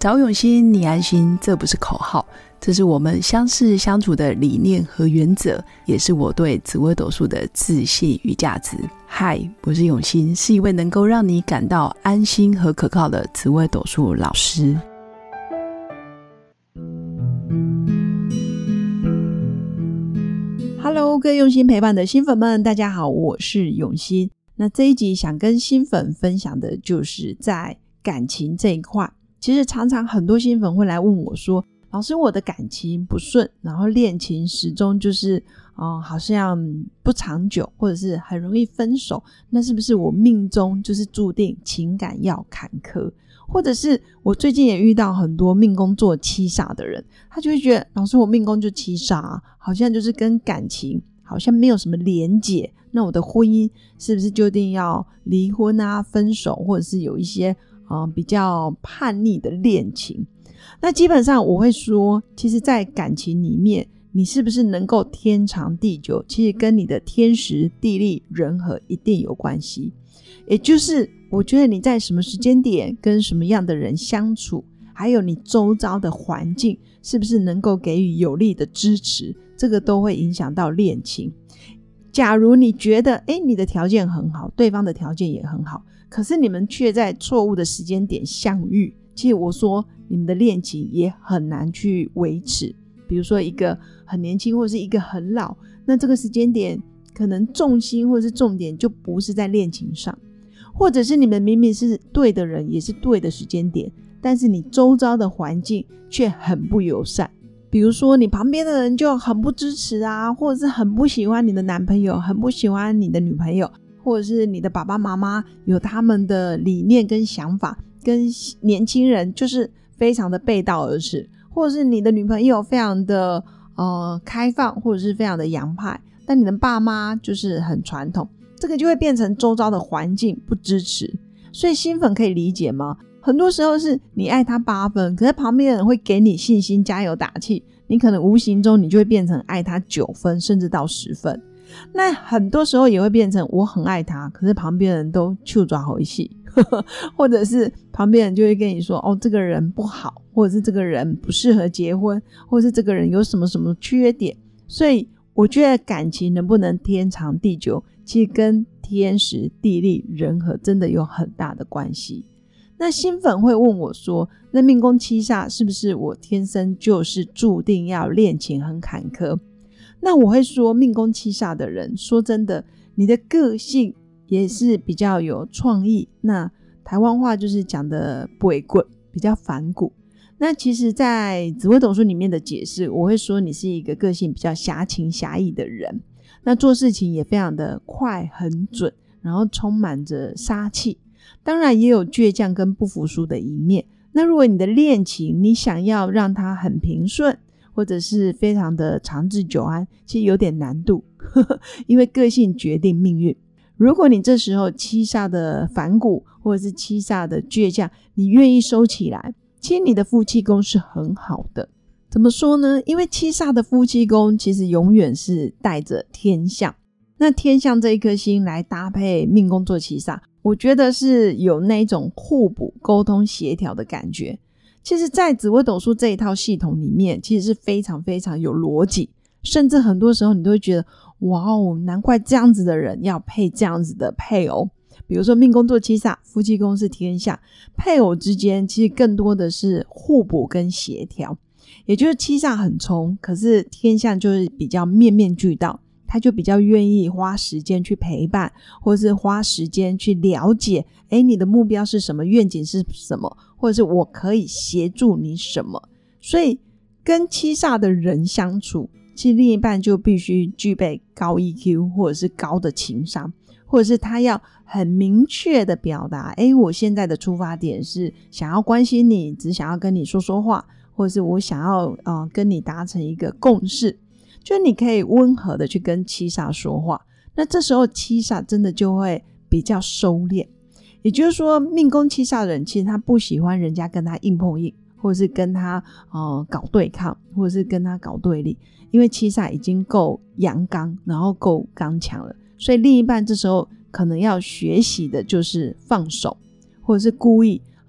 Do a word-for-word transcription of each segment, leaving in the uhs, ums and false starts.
找永新，你安心，这不是口号，这是我们相识相处的理念和原则，也是我对紫微斗数的自信与价值。嗨，我是永新，是一位能够让你感到安心和可靠的紫微斗数老师。Hello， 各位用心陪伴的新粉们，大家好，我是永新。那这一集想跟新粉分享的就是在感情这一块。其实常常很多新粉会来问我说，老师，我的感情不顺，然后恋情始终就是呃，好像不长久，或者是很容易分手，那是不是我命中就是注定情感要坎坷？或者是我最近也遇到很多命宫做七煞的人，他就会觉得，老师，我命宫就七煞啊，好像就是跟感情好像没有什么连结，那我的婚姻是不是就一定要离婚啊、分手，或者是有一些呃比较叛逆的恋情？那基本上我会说，其实在感情里面，你是不是能够天长地久，其实跟你的天时地利人和一定有关系。也就是我觉得你在什么时间点跟什么样的人相处，还有你周遭的环境是不是能够给予有力的支持，这个都会影响到恋情。假如你觉得诶你的条件很好，对方的条件也很好，可是你们却在错误的时间点相遇，其实我说你们的恋情也很难去维持。比如说一个很年轻，或者是一个很老，那这个时间点可能重心或者是重点就不是在恋情上，或者是你们明明是对的人，也是对的时间点，但是你周遭的环境却很不友善。比如说你旁边的人就很不支持啊，或者是很不喜欢你的男朋友，很不喜欢你的女朋友，或者是你的爸爸妈妈有他们的理念跟想法，跟年轻人就是非常的背道而驰，或者是你的女朋友非常的呃开放，或者是非常的洋派，但你的爸妈就是很传统，这个就会变成周遭的环境不支持。所以新粉可以理解吗？很多时候是你爱他八分，可是旁边的人会给你信心加油打气，你可能无形中你就会变成爱他九分甚至到十分。那很多时候也会变成我很爱他，可是旁边人都手抓回戏，或者是旁边人就会跟你说，哦，这个人不好，或者是这个人不适合结婚，或者是这个人有什么什么缺点。所以我觉得感情能不能天长地久，其实跟天时地利人和真的有很大的关系。那新粉会问我说，那命宫七煞是不是我天生就是注定要恋情很坎坷？那我会说，命宫七煞的人，说真的，你的个性也是比较有创意，那台湾话就是讲的不为棍，比较反骨。那其实在紫微斗数里面的解释，我会说你是一个个性比较侠情侠义的人，那做事情也非常的快很准，然后充满着杀气，当然也有倔强跟不服输的一面。那如果你的恋情你想要让它很平顺，或者是非常的长治久安，其实有点难度，呵呵，因为个性决定命运。如果你这时候七煞的反骨，或者是七煞的倔强，你愿意收起来，其实你的夫妻宫是很好的。怎么说呢？因为七煞的夫妻宫其实永远是带着天象，那天象这一颗星来搭配命宫做七煞，我觉得是有那种互补沟通协调的感觉。其实在紫微斗数这一套系统里面，其实是非常非常有逻辑，甚至很多时候你都会觉得，哇哦，难怪这样子的人要配这样子的配偶。比如说命宫做七煞，夫妻宫是天象，配偶之间其实更多的是互补跟协调。也就是七煞很冲，可是天象就是比较面面俱到，他就比较愿意花时间去陪伴，或是花时间去了解，诶，你的目标是什么，愿景是什么，或者是我可以协助你什么。所以跟七煞的人相处，其实另一半就必须具备高 E Q， 或者是高的情商，或者是他要很明确的表达，诶，我现在的出发点是想要关心你，只想要跟你说说话，或者是我想要呃跟你达成一个共识，就你可以温和的去跟七煞说话。那这时候七煞真的就会比较收敛。也就是说，命宫七煞的人其实他不喜欢人家跟他硬碰硬，或者是跟他呃搞对抗，或者是跟他搞对立，因为七煞已经够阳刚，然后够刚强了，所以另一半这时候可能要学习的就是放手，或者是故意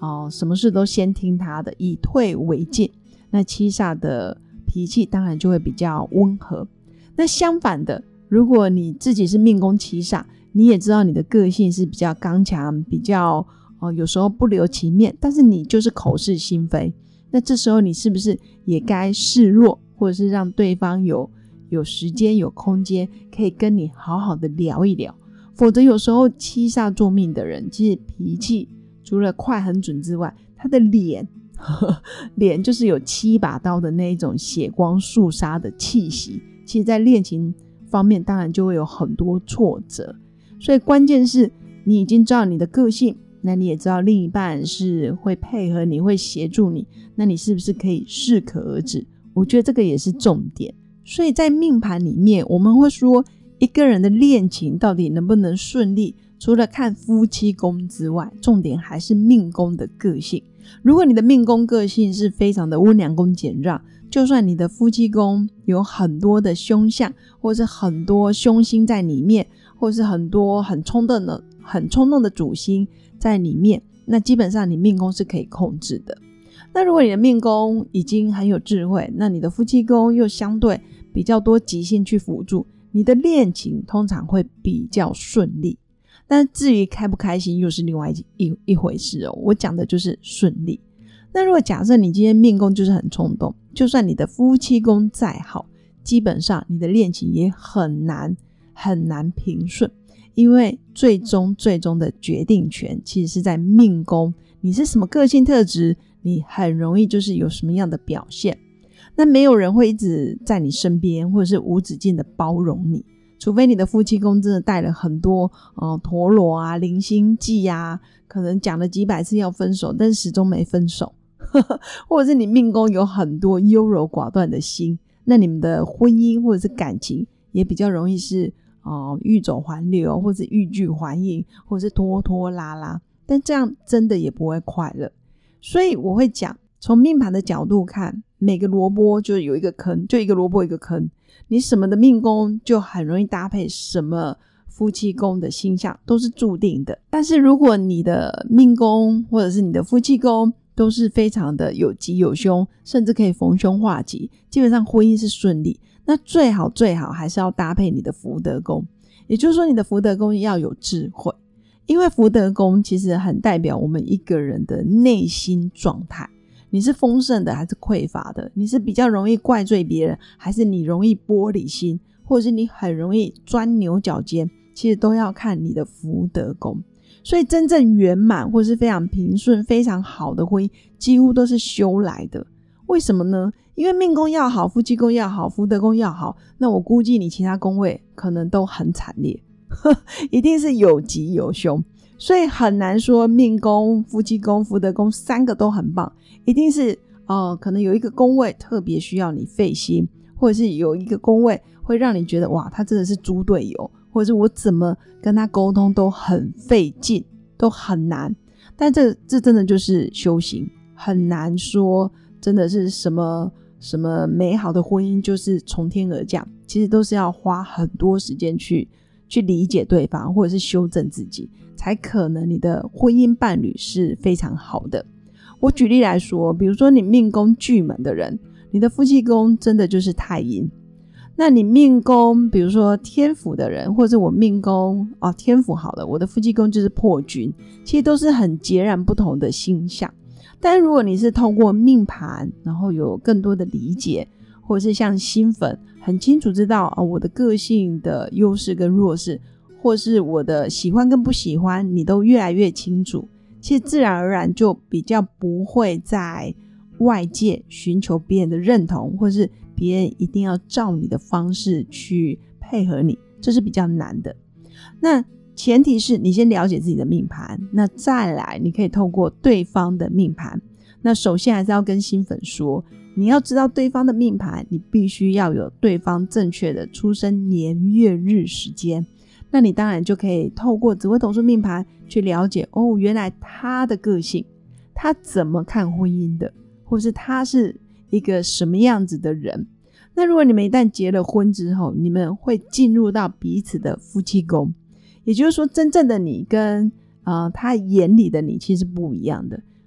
哦，什么事都先听他的，以退为进。那七煞的脾气当然就会比较温和。那相反的，如果你自己是命宫七煞，你也知道你的个性是比较刚强，比较、呃、有时候不留情面，但是你就是口是心非，那这时候你是不是也该示弱，或者是让对方有有时间有空间可以跟你好好的聊一聊？否则有时候七煞坐命的人其实脾气除了快很准之外，他的脸脸就是有七把刀的那一种血光肃杀的气息，其实在恋情方面当然就会有很多挫折。所以关键是你已经知道你的个性，那你也知道另一半是会配合你，会协助你，那你是不是可以适可而止？我觉得这个也是重点。所以在命盘里面，我们会说一个人的恋情到底能不能顺利，除了看夫妻宫之外，重点还是命宫的个性。如果你的命宫个性是非常的温良恭俭让，就算你的夫妻宫有很多的凶相，或是很多凶星在里面，或是很多很冲动的很冲动的主星在里面，那基本上你命宫是可以控制的。那如果你的命宫已经很有智慧，那你的夫妻宫又相对比较多吉星去辅助，你的恋情通常会比较顺利。但至于开不开心又是另外 一, 一回事哦，我讲的就是顺利。那如果假设你今天命宫就是很冲动，就算你的夫妻宫再好，基本上你的恋情也很难很难平顺，因为最终最终的决定权其实是在命宫，你是什么个性特质，你很容易就是有什么样的表现。那没有人会一直在你身边，或者是无止境的包容你，除非你的夫妻宫真的带了很多呃陀螺啊、零星计啊，可能讲了几百次要分手，但是始终没分手或者是你命宫有很多优柔寡断的心，那你们的婚姻或者是感情也比较容易是呃欲走还留，或者是欲拒还迎，或者是拖拖拉拉，但这样真的也不会快乐。所以我会讲，从命盘的角度看，每个萝卜就有一个坑，就一个萝卜一个坑，你什么的命宫就很容易搭配什么夫妻宫的星象，都是注定的。但是如果你的命宫或者是你的夫妻宫都是非常的有吉有凶，甚至可以逢凶化吉，基本上婚姻是顺利，那最好最好还是要搭配你的福德宫，也就是说你的福德宫要有智慧，因为福德宫其实很代表我们一个人的内心状态，你是丰盛的还是匮乏的，你是比较容易怪罪别人，还是你容易玻璃心，或者是你很容易钻牛角尖，其实都要看你的福德宫。所以真正圆满或是非常平顺非常好的婚姻几乎都是修来的。为什么呢？因为命宫要好，夫妻宫要好，福德宫要好，那我估计你其他宫位可能都很惨烈一定是有吉有凶，所以很难说命宫、夫妻宫、福德宫三个都很棒，一定是呃，可能有一个宫位特别需要你费心，或者是有一个宫位会让你觉得哇，他真的是猪队友，或者是我怎么跟他沟通都很费劲，都很难。但这这真的就是修行，很难说真的是什么什么美好的婚姻就是从天而降，其实都是要花很多时间去去理解对方，或者是修正自己，才可能你的婚姻伴侣是非常好的。我举例来说，比如说你命宫巨门的人，你的夫妻宫真的就是太阴。那你命宫比如说天府的人，或者我命宫哦天府好了，我的夫妻宫就是破军，其实都是很截然不同的星象。但如果你是透过命盘，然后有更多的理解，或者是像新粉很清楚知道、哦、我的个性的优势跟弱势，或是我的喜欢跟不喜欢你都越来越清楚，其实自然而然就比较不会在外界寻求别人的认同，或是别人一定要照你的方式去配合你，这是比较难的。那前提是你先了解自己的命盘，那再来你可以透过对方的命盘。那首先还是要跟新粉说，你要知道对方的命盘，你必须要有对方正确的出生年月日时间，那你当然就可以透过紫微斗数命盘去了解，哦，原来他的个性，他怎么看婚姻的，或是他是一个什么样子的人。那如果你们一旦结了婚之后，你们会进入到彼此的夫妻宫，也就是说真正的你跟、呃、他眼里的你其实不一样的。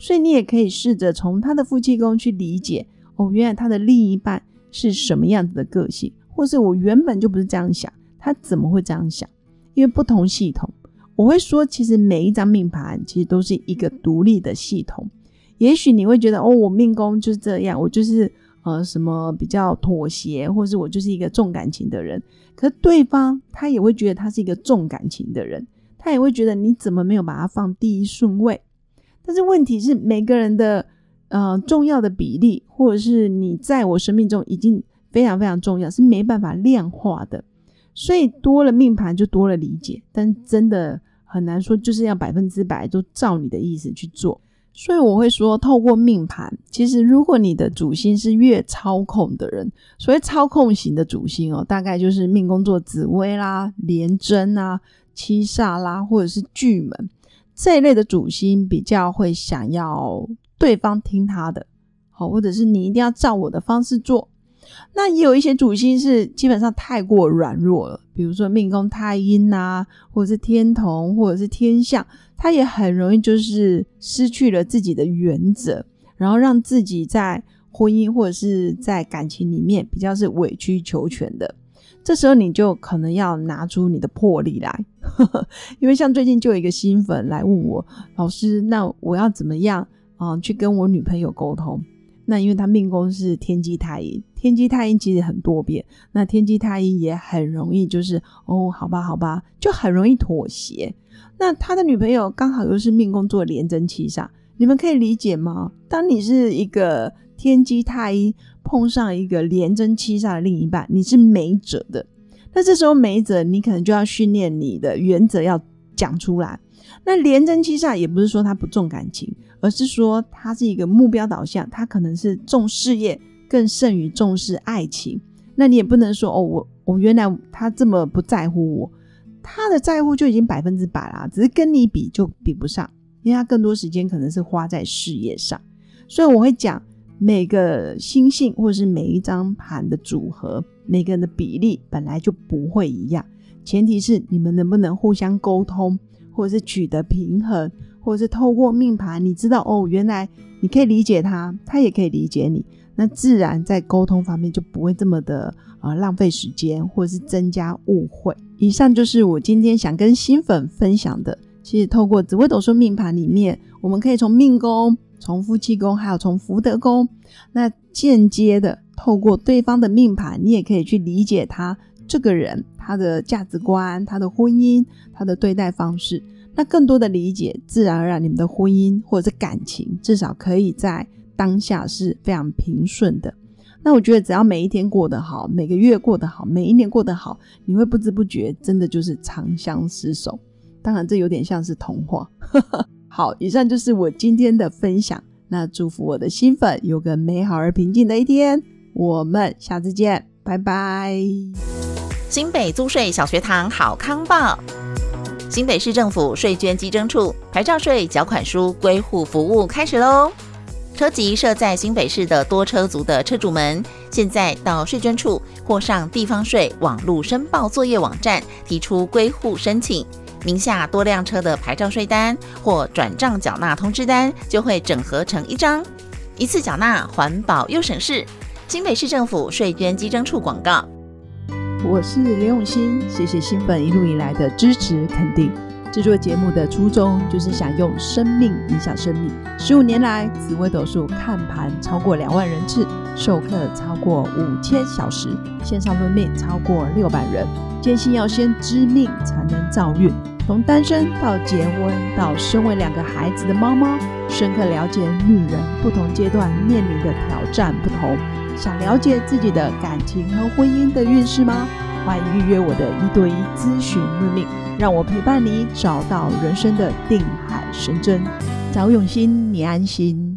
所以你也可以试着从他的夫妻宫去理解，哦，原来他的另一半是什么样子的个性，或是我原本就不是这样想，他怎么会这样想？因为不同系统，我会说其实每一张命盘其实都是一个独立的系统。也许你会觉得哦，我命宫就是这样，我就是呃什么比较妥协，或是我就是一个重感情的人，可是对方他也会觉得他是一个重感情的人，他也会觉得你怎么没有把他放第一顺位。但是问题是每个人的呃重要的比例，或者是你在我生命中已经非常非常重要，是没办法量化的。所以多了命盘就多了理解，但真的很难说就是要百分之百都照你的意思去做。所以我会说透过命盘，其实如果你的主星是越操控的人，所谓操控型的主星哦，大概就是命宫座紫微啦、廉贞啊、七煞啦，或者是巨门这一类的主星，比较会想要对方听他的，好，或者是你一定要照我的方式做。那也有一些主星是基本上太过软弱了，比如说命宫太阴啊，或者是天同，或者是天相，他也很容易就是失去了自己的原则，然后让自己在婚姻或者是在感情里面比较是委曲求全的。这时候你就可能要拿出你的魄力来因为像最近就有一个新粉来问我，老师那我要怎么样、呃、去跟我女朋友沟通。那因为他命宫是天机太阴，天机太阴其实很多变，那天机太阴也很容易就是哦好吧好吧，就很容易妥协。那他的女朋友刚好又是命宫做廉贞七煞，你们可以理解吗？当你是一个天机太阴碰上一个廉贞七煞的另一半，你是没辙的。那这时候没辙，你可能就要训练你的原则要讲出来。那廉贞七煞也不是说他不重感情，而是说他是一个目标导向，他可能是重事业更胜于重视爱情。那你也不能说哦，我我原来他这么不在乎我，他的在乎就已经百分之百啦，只是跟你比就比不上，因为他更多时间可能是花在事业上。所以我会讲每个星性或者是每一张盘的组合，每个人的比例本来就不会一样，前提是你们能不能互相沟通，或者是取得平衡，或者是透过命盘你知道哦，原来你可以理解他，他也可以理解你，那自然在沟通方面就不会这么的、呃、浪费时间，或者是增加误会。以上就是我今天想跟新粉分享的。其实透过紫微斗数命盘里面，我们可以从命宫、从夫妻宫还有从福德宫，那间接的透过对方的命盘，你也可以去理解他这个人，他的价值观，他的婚姻，他的对待方式。那更多的理解，自然而然你们的婚姻或者是感情至少可以在当下是非常平顺的。那我觉得只要每一天过得好，每个月过得好，每一年过得好，你会不知不觉真的就是长相厮守。当然这有点像是童话好，以上就是我今天的分享，那祝福我的新粉有个美好而平静的一天，我们下次见，拜拜。 新北租税小学堂好康报，新北市政府税捐稽征处牌照税缴款书归户服务开始咯。车籍设在新北市的多车族的车主们，现在到税捐处或上地方税网络申报作业网站提出归户申请，名下多辆车的牌照税单或转账缴纳通知单就会整合成一张，一次缴纳，环保又省事。新北市政府税捐稽征处广告。 我是刘永新，谢谢新粉一路以来的支持肯定。制作节目的初衷就是想用生命影响生命。十五年来，紫微斗数看盘超过两万人次，授课超过五千小时，线上论命超过六百人。坚信要先知命才能造运，从单身到结婚到身为两个孩子的妈妈，深刻了解女人不同阶段面临的挑战不同。想了解自己的感情和婚姻的运势吗？欢迎预约我的一对一咨询论命，让我陪伴你找到人生的定海神针。找永新，你安心。